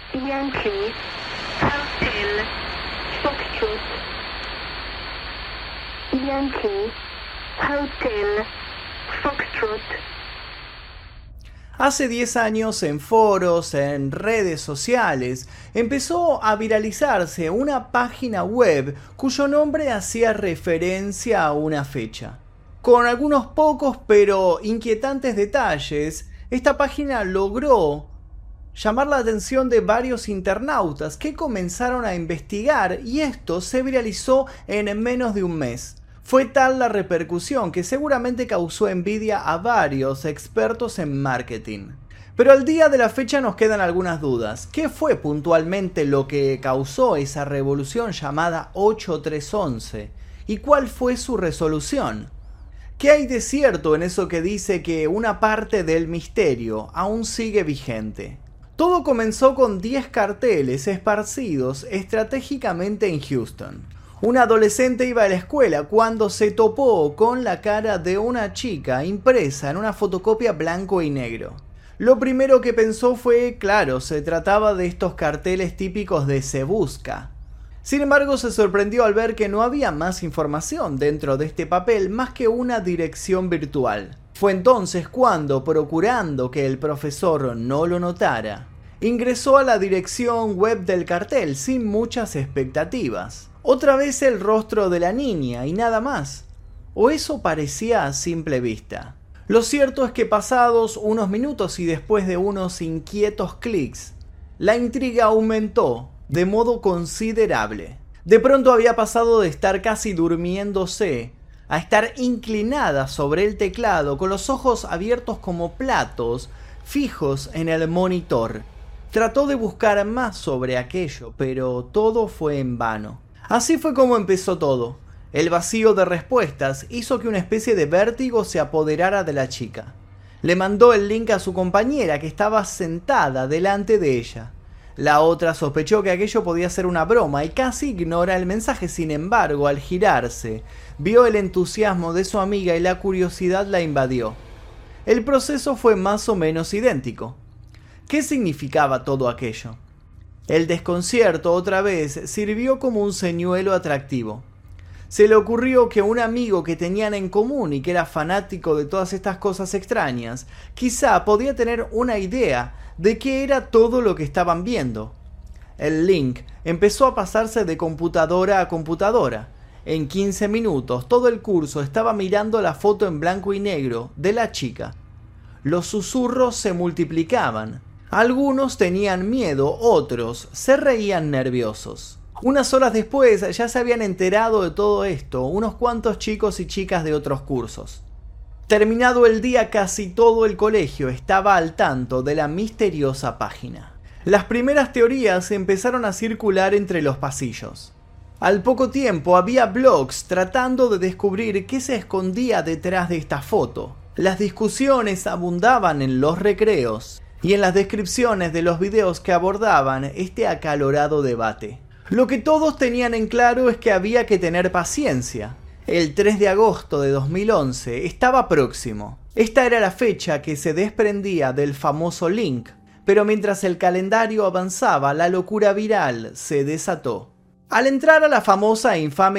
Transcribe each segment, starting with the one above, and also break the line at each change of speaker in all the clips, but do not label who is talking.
Yankee, Hotel, Foxtrot. Yankee, Hotel, Foxtrot.
Hace 10 años en foros, en redes sociales, empezó a viralizarse una página web cuyo nombre hacía referencia a una fecha. Con algunos pocos pero inquietantes detalles, esta página logró llamar la atención de varios internautas que comenzaron a investigar y esto se viralizó en menos de un mes. Fue tal la repercusión que seguramente causó envidia a varios expertos en marketing. Pero al día de la fecha nos quedan algunas dudas. ¿Qué fue puntualmente lo que causó esa revolución llamada 8311? ¿Y cuál fue su resolución? ¿Qué hay de cierto en eso que dice que una parte del misterio aún sigue vigente? Todo comenzó con 10 carteles esparcidos estratégicamente en Houston. Un adolescente iba a la escuela cuando se topó con la cara de una chica impresa en una fotocopia blanco y negro. Lo primero que pensó fue, claro, se trataba de estos carteles típicos de Se Busca. Sin embargo, se sorprendió al ver que no había más información dentro de este papel más que una dirección virtual. Fue entonces cuando, procurando que el profesor no lo notara, ingresó a la dirección web del cartel sin muchas expectativas. Otra vez el rostro de la niña y nada más. O eso parecía a simple vista. Lo cierto es que pasados unos minutos y después de unos inquietos clics, la intriga aumentó de modo considerable. De pronto había pasado de estar casi durmiéndose a estar inclinada sobre el teclado con los ojos abiertos como platos fijos en el monitor. Trató de buscar más sobre aquello, pero todo fue en vano. Así fue como empezó todo. El vacío de respuestas hizo que una especie de vértigo se apoderara de la chica. Le mandó el link a su compañera que estaba sentada delante de ella. La otra sospechó que aquello podía ser una broma y casi ignora el mensaje. Sin embargo, al girarse, vio el entusiasmo de su amiga y la curiosidad la invadió. El proceso fue más o menos idéntico. ¿Qué significaba todo aquello? El desconcierto otra vez sirvió como un señuelo atractivo. Se le ocurrió que un amigo que tenían en común y que era fanático de todas estas cosas extrañas, quizá podía tener una idea de qué era todo lo que estaban viendo. El link empezó a pasarse de computadora a computadora. En 15 minutos todo el curso estaba mirando la foto en blanco y negro de la chica. Los susurros se multiplicaban. Algunos tenían miedo, otros se reían nerviosos. Unas horas después ya se habían enterado de todo esto unos cuantos chicos y chicas de otros cursos. Terminado el día, casi todo el colegio estaba al tanto de la misteriosa página. Las primeras teorías empezaron a circular entre los pasillos. Al poco tiempo había blogs tratando de descubrir qué se escondía detrás de esta foto. Las discusiones abundaban en los recreos y en las descripciones de los videos que abordaban este acalorado debate. Lo que todos tenían en claro es que había que tener paciencia. El 3 de agosto de 2011 estaba próximo. Esta era la fecha que se desprendía del famoso link, pero mientras el calendario avanzaba, la locura viral se desató. Al entrar a la famosa e infame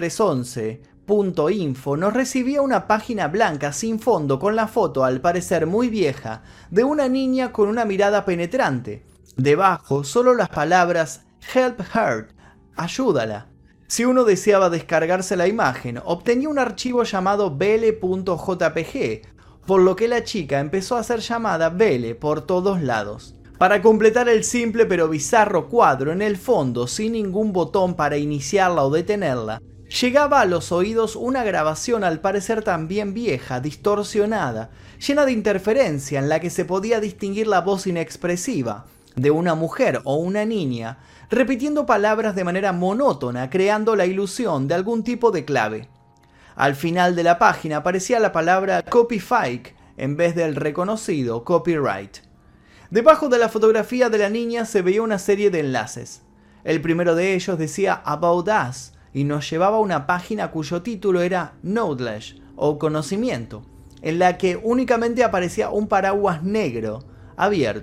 8311.info nos recibía una página blanca sin fondo con la foto, al parecer muy vieja, de una niña con una mirada penetrante. Debajo solo las palabras Help her, ayúdala. Si uno deseaba descargarse la imagen, obtenía un archivo llamado bele.jpg, por lo que la chica empezó a ser llamada Bele por todos lados. Para completar el simple pero bizarro cuadro, en el fondo, sin ningún botón para iniciarla o detenerla, llegaba a los oídos una grabación al parecer también vieja, distorsionada, llena de interferencia, en la que se podía distinguir la voz inexpresiva de una mujer o una niña, repitiendo palabras de manera monótona, creando la ilusión de algún tipo de clave. Al final de la página aparecía la palabra copyfake en vez del reconocido copyright. Debajo de la fotografía de la niña se veía una serie de enlaces. El primero de ellos decía About Us y nos llevaba a una página cuyo título era Knowledge o Conocimiento, en la que únicamente aparecía un paraguas negro abierto.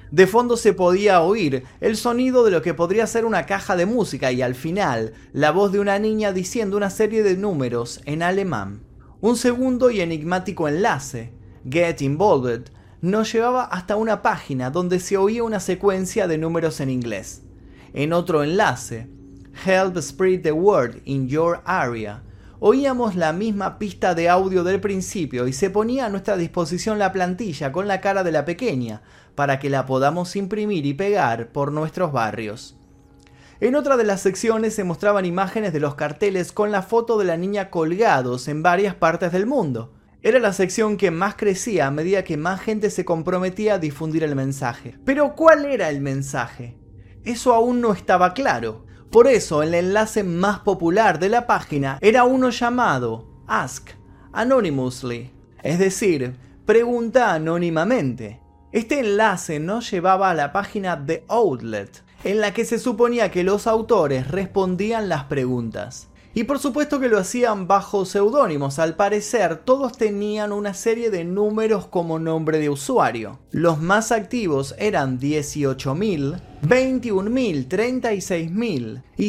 De fondo se podía oír el sonido de lo que podría ser una caja de música y al final la voz de una niña diciendo una serie de números en alemán. Un segundo y enigmático enlace, Get Involved, nos llevaba hasta una página donde se oía una secuencia de números en inglés. En otro enlace, Help Spread the Word in Your Area, oíamos la misma pista de audio del principio y se ponía a nuestra disposición la plantilla con la cara de la pequeña para que la podamos imprimir y pegar por nuestros barrios. En otra de las secciones se mostraban imágenes de los carteles con la foto de la niña colgados en varias partes del mundo. Era la sección que más crecía a medida que más gente se comprometía a difundir el mensaje. Pero ¿cuál era el mensaje? Eso aún no estaba claro. Por eso el enlace más popular de la página era uno llamado Ask Anonymously, es decir, pregunta anónimamente. Este enlace nos llevaba a la página The Outlet, en la que se suponía que los autores respondían las preguntas. Y por supuesto que lo hacían bajo seudónimos, al parecer todos tenían una serie de números como nombre de usuario. Los más activos eran 18.000, 21.000, 36.000 y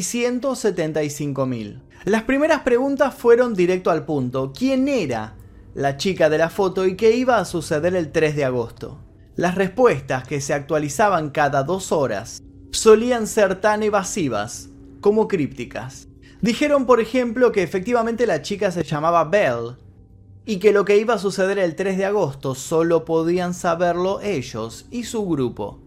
175.000. Las primeras preguntas fueron directo al punto. ¿Quién era la chica de la foto y qué iba a suceder el 3 de agosto? Las respuestas, que se actualizaban cada 2 horas, solían ser tan evasivas como crípticas. Dijeron, por ejemplo, que efectivamente la chica se llamaba Belle y que lo que iba a suceder el 3 de agosto solo podían saberlo ellos y su grupo.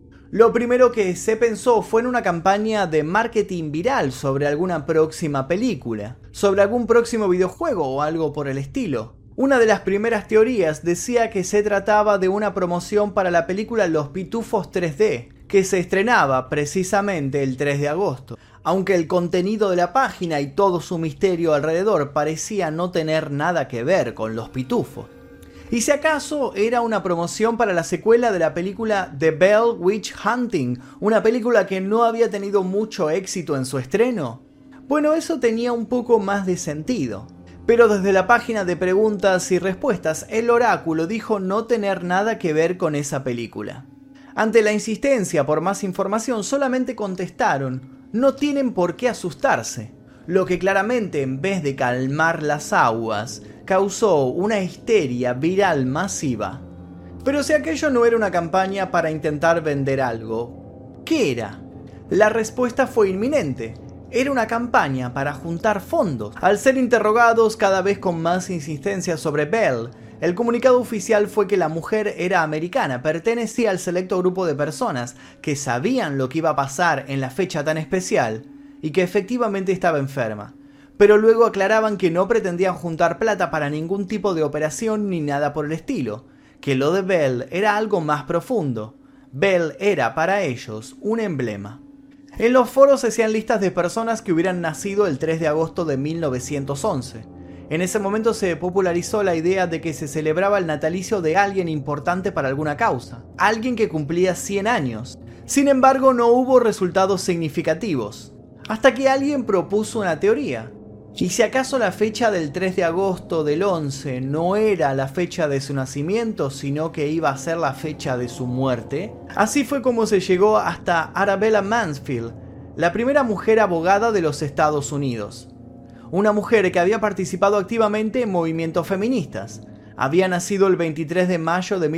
Lo primero que se pensó fue en una campaña de marketing viral sobre alguna próxima película, sobre algún próximo videojuego o algo por el estilo. Una de las primeras teorías decía que se trataba de una promoción para la película Los Pitufos 3D, que se estrenaba precisamente el 3 de agosto. Aunque el contenido de la página y todo su misterio alrededor parecía no tener nada que ver con los pitufos. Y si acaso era una promoción para la secuela de la película The Bell Witch Hunting, una película que no había tenido mucho éxito en su estreno. Bueno, eso tenía un poco más de sentido. Pero desde la página de preguntas y respuestas, el oráculo dijo no tener nada que ver con esa película. Ante la insistencia por más información, solamente contestaron: no tienen por qué asustarse, lo que claramente, en vez de calmar las aguas, causó una histeria viral masiva. Pero si aquello no era una campaña para intentar vender algo, ¿qué era? La respuesta fue inminente. Era una campaña para juntar fondos. Al ser interrogados cada vez con más insistencia sobre Belle, el comunicado oficial fue que la mujer era americana, pertenecía al selecto grupo de personas que sabían lo que iba a pasar en la fecha tan especial y que efectivamente estaba enferma. Pero luego aclaraban que no pretendían juntar plata para ningún tipo de operación ni nada por el estilo, que lo de Belle era algo más profundo. Belle era para ellos un emblema. En los foros se hacían listas de personas que hubieran nacido el 3 de agosto de 1911. En ese momento se popularizó la idea de que se celebraba el natalicio de alguien importante para alguna causa, alguien que cumplía 100 años. Sin embargo, no hubo resultados significativos, hasta que alguien propuso una teoría. ¿Y si acaso la fecha del 3 de agosto del 11 no era la fecha de su nacimiento, sino que iba a ser la fecha de su muerte? Así fue como se llegó hasta Arabella Mansfield, la primera mujer abogada de los Estados Unidos. Una mujer que había participado activamente en movimientos feministas. Había nacido el 23 de mayo de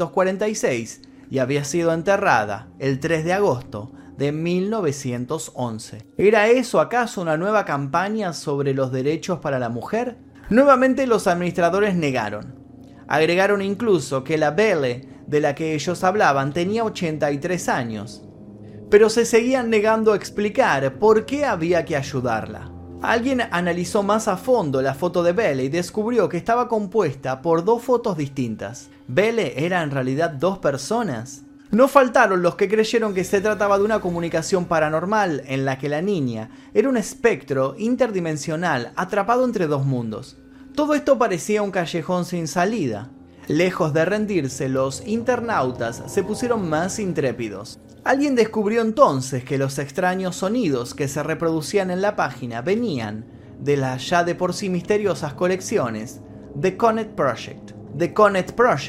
1846 y había sido enterrada el 3 de agosto de 1911. ¿Era eso acaso una nueva campaña sobre los derechos para la mujer? Nuevamente los administradores negaron. Agregaron incluso que la Belle de la que ellos hablaban tenía 83 años. Pero se seguían negando a explicar por qué había que ayudarla. Alguien analizó más a fondo la foto de Belle y descubrió que estaba compuesta por 2 fotos distintas. ¿Belle era en realidad 2 personas? No faltaron los que creyeron que se trataba de una comunicación paranormal en la que la niña era un espectro interdimensional atrapado entre 2 mundos. Todo esto parecía un callejón sin salida. Lejos de rendirse, los internautas se pusieron más intrépidos. Alguien descubrió entonces que los extraños sonidos que se reproducían en la página venían de las ya de por sí misteriosas colecciones The Conet Project. The Conet Project,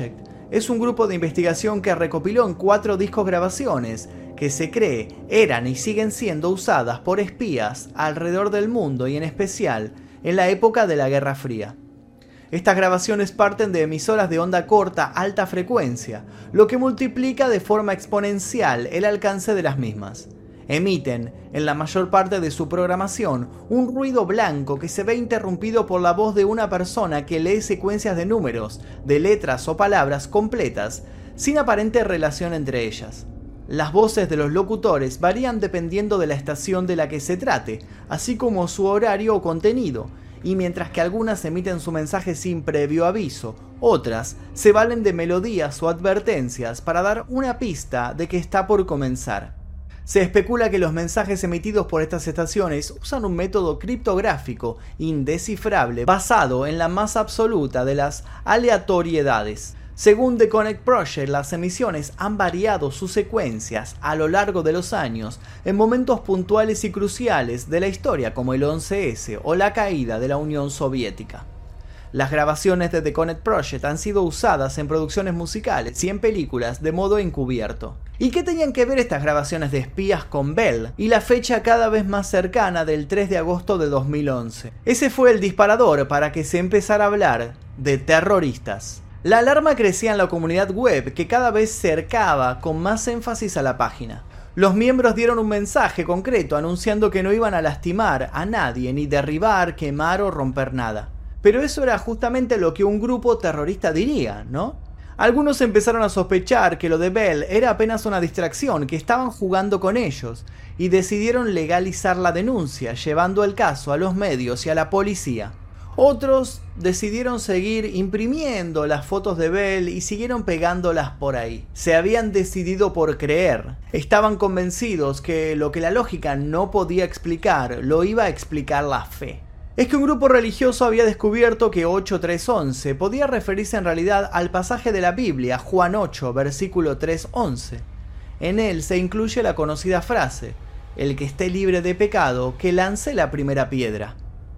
es un grupo de investigación que recopiló en 4 discos grabaciones que se cree eran y siguen siendo usadas por espías alrededor del mundo y en especial en la época de la Guerra Fría. Estas grabaciones parten de emisoras de onda corta alta frecuencia, lo que multiplica de forma exponencial el alcance de las mismas. Emiten, en la mayor parte de su programación, un ruido blanco que se ve interrumpido por la voz de una persona que lee secuencias de números, de letras o palabras completas, sin aparente relación entre ellas. Las voces de los locutores varían dependiendo de la estación de la que se trate, así como su horario o contenido, y mientras que algunas emiten su mensaje sin previo aviso, otras se valen de melodías o advertencias para dar una pista de que está por comenzar. Se especula que los mensajes emitidos por estas estaciones usan un método criptográfico indescifrable basado en la más absoluta de las aleatoriedades. Según The Connect Project, las emisiones han variado sus secuencias a lo largo de los años en momentos puntuales y cruciales de la historia, como el 11S o la caída de la Unión Soviética. Las grabaciones de The Connect Project han sido usadas en producciones musicales y en películas de modo encubierto. ¿Y qué tenían que ver estas grabaciones de espías con Bell y la fecha cada vez más cercana del 3 de agosto de 2011? Ese fue el disparador para que se empezara a hablar de terroristas. La alarma crecía en la comunidad web, que cada vez cercaba con más énfasis a la página. Los miembros dieron un mensaje concreto anunciando que no iban a lastimar a nadie, ni derribar, quemar o romper nada. Pero eso era justamente lo que un grupo terrorista diría, ¿no? Algunos empezaron a sospechar que lo de Bell era apenas una distracción, que estaban jugando con ellos, y decidieron legalizar la denuncia, llevando el caso a los medios y a la policía. Otros decidieron seguir imprimiendo las fotos de Bell y siguieron pegándolas por ahí. Se habían decidido por creer. Estaban convencidos que lo que la lógica no podía explicar, lo iba a explicar la fe. Es que un grupo religioso había descubierto que 8.3.11 podía referirse en realidad al pasaje de la Biblia, Juan 8, versículo 3.11. En él se incluye la conocida frase: el que esté libre de pecado, que lance la primera piedra.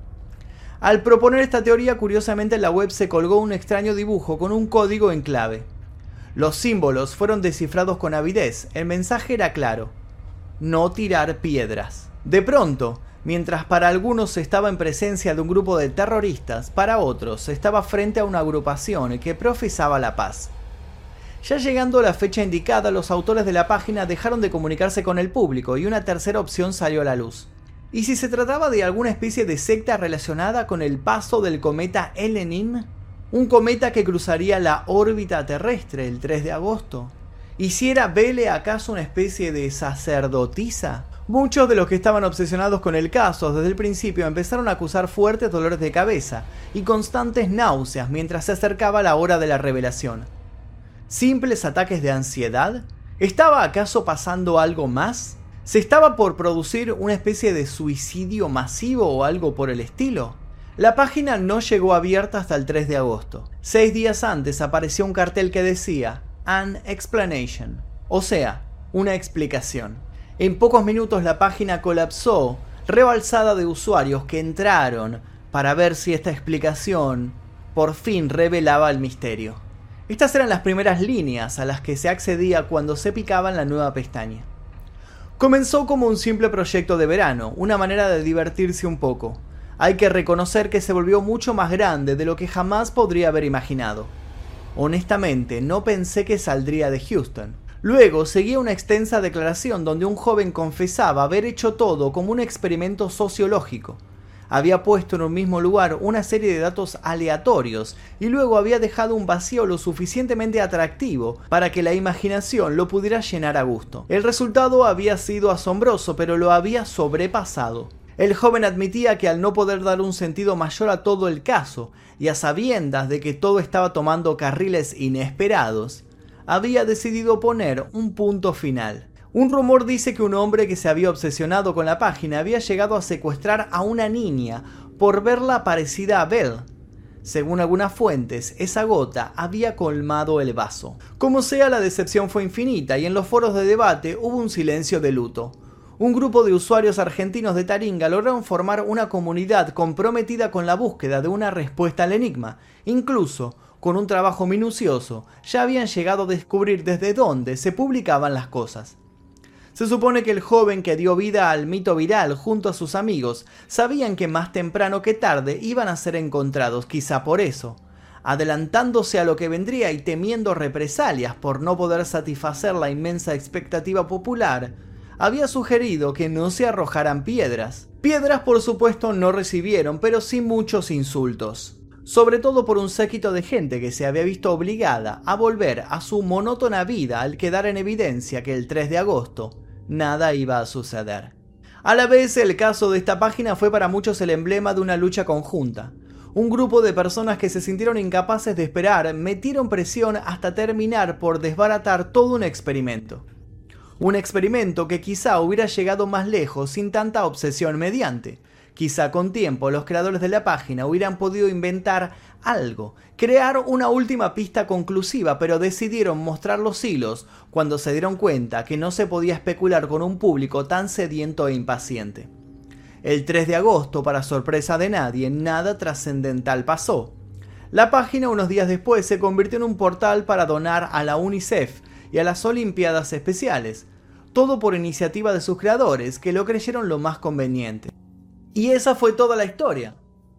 Al proponer esta teoría, curiosamente en la web se colgó un extraño dibujo con un código en clave. Los símbolos fueron descifrados con avidez. El mensaje era claro: no tirar piedras. De pronto, mientras para algunos se estaba en presencia de un grupo de terroristas, para otros se estaba frente a una agrupación que profesaba la paz. Ya llegando a la fecha indicada, los autores de la página dejaron de comunicarse con el público y una tercera opción salió a la luz. ¿Y si se trataba de alguna especie de secta relacionada con el paso del cometa Elenin? Un cometa que cruzaría la órbita terrestre el 3 de agosto. ¿Y si era Belle acaso una especie de sacerdotisa? Muchos de los que estaban obsesionados con el caso desde el principio empezaron a acusar fuertes dolores de cabeza y constantes náuseas mientras se acercaba la hora de la revelación. ¿Simples ataques de ansiedad? ¿Estaba acaso pasando algo más? ¿Se estaba por producir una especie de suicidio masivo o algo por el estilo? La página no llegó abierta hasta el 3 de agosto. 6 días antes apareció un cartel que decía An Explanation, o sea, una explicación. En pocos minutos la página colapsó, rebalsada de usuarios que entraron para ver si esta explicación por fin revelaba el misterio. Estas eran las primeras líneas a las que se accedía cuando se picaba en la nueva pestaña. Comenzó como un simple proyecto de verano, una manera de divertirse un poco. Hay que reconocer que se volvió mucho más grande de lo que jamás podría haber imaginado. Honestamente, no pensé que saldría de Houston. Luego seguía una extensa declaración donde un joven confesaba haber hecho todo como un experimento sociológico. Había puesto en un mismo lugar una serie de datos aleatorios y luego había dejado un vacío lo suficientemente atractivo para que la imaginación lo pudiera llenar a gusto. El resultado había sido asombroso, pero lo había sobrepasado. El joven admitía que al no poder dar un sentido mayor a todo el caso y a sabiendas de que todo estaba tomando carriles inesperados, había decidido poner un punto final. Un rumor dice que un hombre que se había obsesionado con la página había llegado a secuestrar a una niña por verla parecida a Belle. Según algunas fuentes, esa gota había colmado el vaso. Como sea, la decepción fue infinita y en los foros de debate hubo un silencio de luto. Un grupo de usuarios argentinos de Taringa lograron formar una comunidad comprometida con la búsqueda de una respuesta al enigma. Incluso, con un trabajo minucioso, ya habían llegado a descubrir desde dónde se publicaban las cosas. Se supone que el joven que dio vida al mito viral junto a sus amigos sabían que más temprano que tarde iban a ser encontrados, quizá por eso. Adelantándose a lo que vendría y temiendo represalias por no poder satisfacer la inmensa expectativa popular, había sugerido que no se arrojaran piedras. Piedras por supuesto no recibieron, pero sí muchos insultos. Sobre todo por un séquito de gente que se había visto obligada a volver a su monótona vida al quedar en evidencia que el 3 de agosto nada iba a suceder. A la vez, el caso de esta página fue para muchos el emblema de una lucha conjunta. Un grupo de personas que se sintieron incapaces de esperar metieron presión hasta terminar por desbaratar todo un experimento. Un experimento que quizá hubiera llegado más lejos sin tanta obsesión mediante. Quizá con tiempo los creadores de la página hubieran podido inventar algo, crear una última pista conclusiva, pero decidieron mostrar los hilos cuando se dieron cuenta que no se podía especular con un público tan sediento e impaciente. El 3 de agosto, para sorpresa de nadie, nada trascendental pasó. La página unos días después se convirtió en un portal para donar a la UNICEF y a las Olimpiadas Especiales, todo por iniciativa de sus creadores, que lo creyeron lo más conveniente. Y esa fue toda la historia.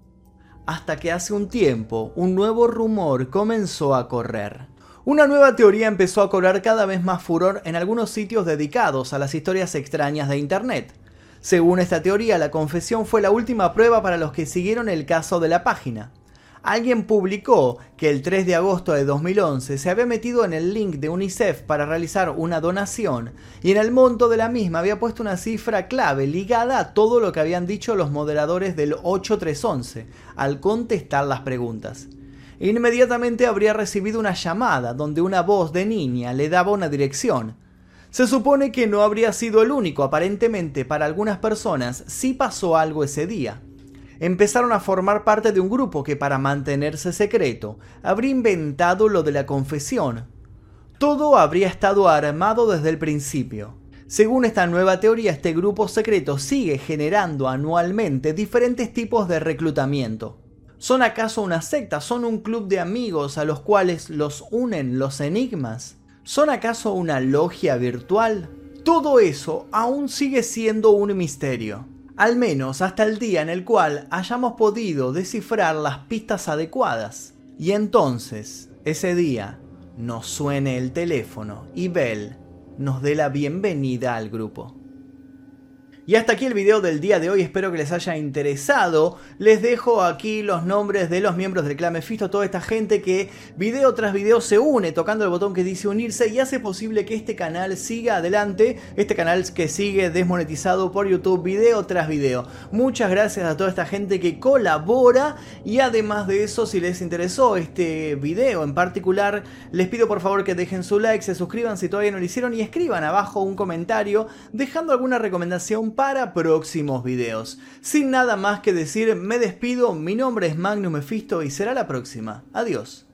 Hasta que hace un tiempo, un nuevo rumor comenzó a correr. Una nueva teoría empezó a cobrar cada vez más furor en algunos sitios dedicados a las historias extrañas de Internet. Según esta teoría, la confesión fue la última prueba para los que siguieron el caso de la página. Alguien publicó que el 3 de agosto de 2011 se había metido en el link de UNICEF para realizar una donación y en el monto de la misma había puesto una cifra clave ligada a todo lo que habían dicho los moderadores del 8311 al contestar las preguntas. Inmediatamente habría recibido una llamada donde una voz de niña le daba una dirección. Se supone que no habría sido el único, aparentemente para algunas personas sí pasó algo ese día. Empezaron a formar parte de un grupo que, para mantenerse secreto, habría inventado lo de la confesión. Todo habría estado armado desde el principio. Según esta nueva teoría, este grupo secreto sigue generando anualmente diferentes tipos de reclutamiento. ¿Son acaso una secta? ¿Son un club de amigos a los cuales los unen los enigmas? ¿Son acaso una logia virtual? Todo eso aún sigue siendo un misterio. Al menos hasta el día en el cual hayamos podido descifrar las pistas adecuadas. Y entonces, ese día, nos suene el teléfono y Bell nos dé la bienvenida al grupo. Y hasta aquí el video del día de hoy, espero que les haya interesado. Les dejo aquí los nombres de los miembros del clan Mephisto, toda esta gente que video tras video se une tocando el botón que dice unirse y hace posible que este canal siga adelante, este canal que sigue desmonetizado por YouTube video tras video. Muchas gracias a toda esta gente que colabora y además de eso, si les interesó este video en particular, les pido por favor que dejen su like, se suscriban si todavía no lo hicieron y escriban abajo un comentario dejando alguna recomendación para próximos videos. Sin nada más que decir, me despido, mi nombre es Magnum Mephisto y será la próxima. Adiós.